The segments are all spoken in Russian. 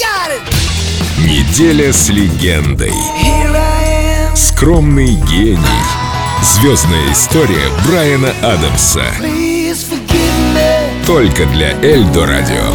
Неделя с легендой. Скромный гений. Звездная история Брайана Адамса. Только для Эльдо Радио.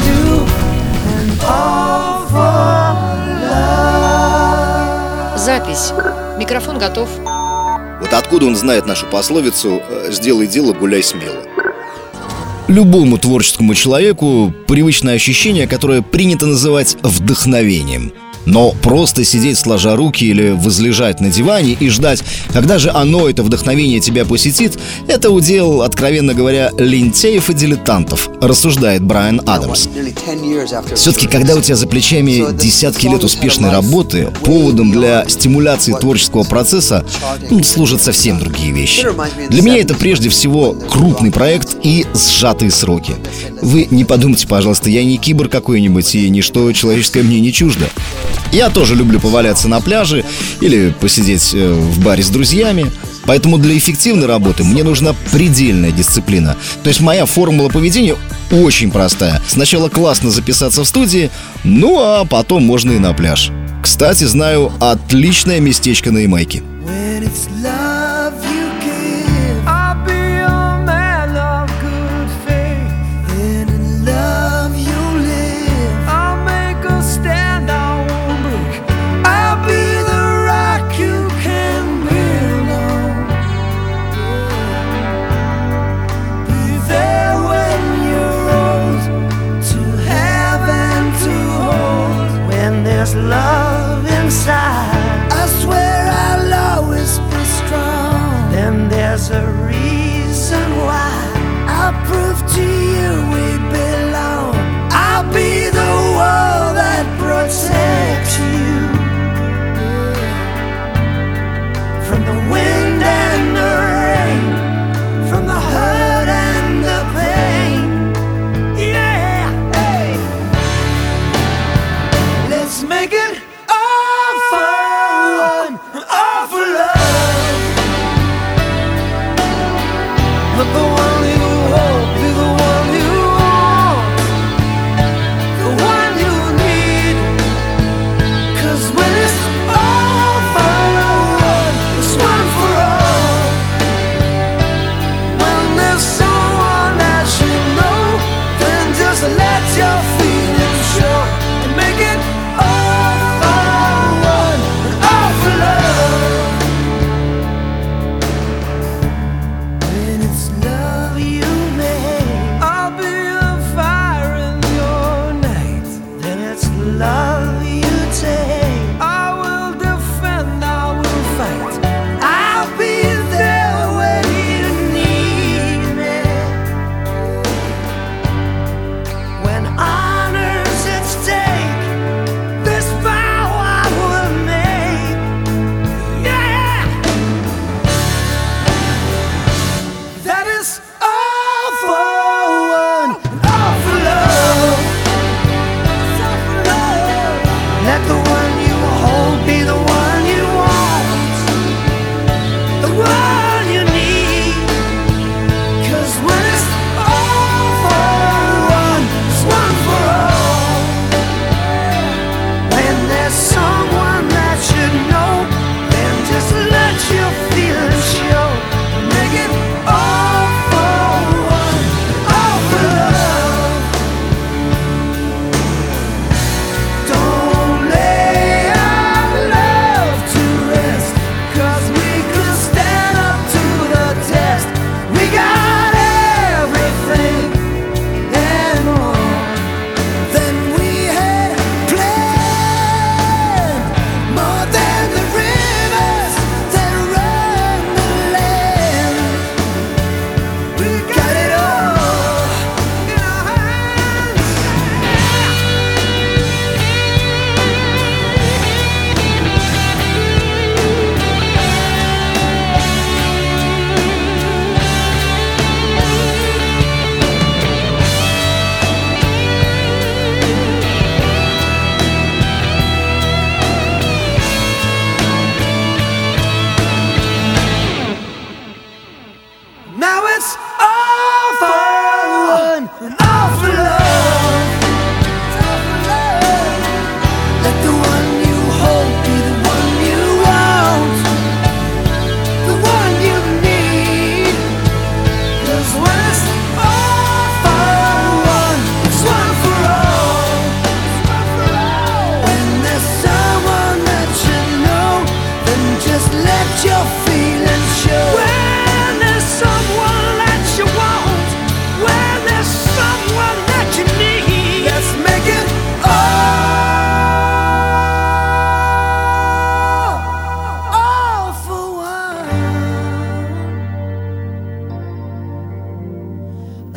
Запись. Микрофон готов. Вот откуда он знает нашу пословицу «сделай дело, гуляй смело». Любому творческому человеку привычное ощущение, которое принято называть вдохновением. Но просто сидеть сложа руки или возлежать на диване и ждать, когда же оно, это вдохновение, тебя посетит, это удел, откровенно говоря, лентяев и дилетантов, рассуждает Брайан Адамс. Все-таки, когда у тебя за плечами десятки лет успешной работы, поводом для стимуляции творческого процесса служат совсем другие вещи. Для меня это прежде всего крупный проект и сжатые сроки. Вы не подумайте, пожалуйста, я не киборг какой-нибудь, и ничто человеческое мне не чуждо. Я тоже люблю поваляться на пляже или посидеть в баре с друзьями. Поэтому для эффективной работы мне нужна предельная дисциплина. То есть моя формула поведения очень простая. Сначала классно записаться в студии, ну а потом можно и на пляж. Кстати, знаю отличное местечко на Ямайке. There's love inside. I swear I'll always be strong.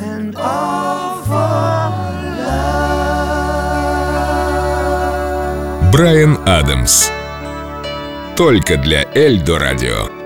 and all for love. Брайан Адамс. Только для Эльдо Радио.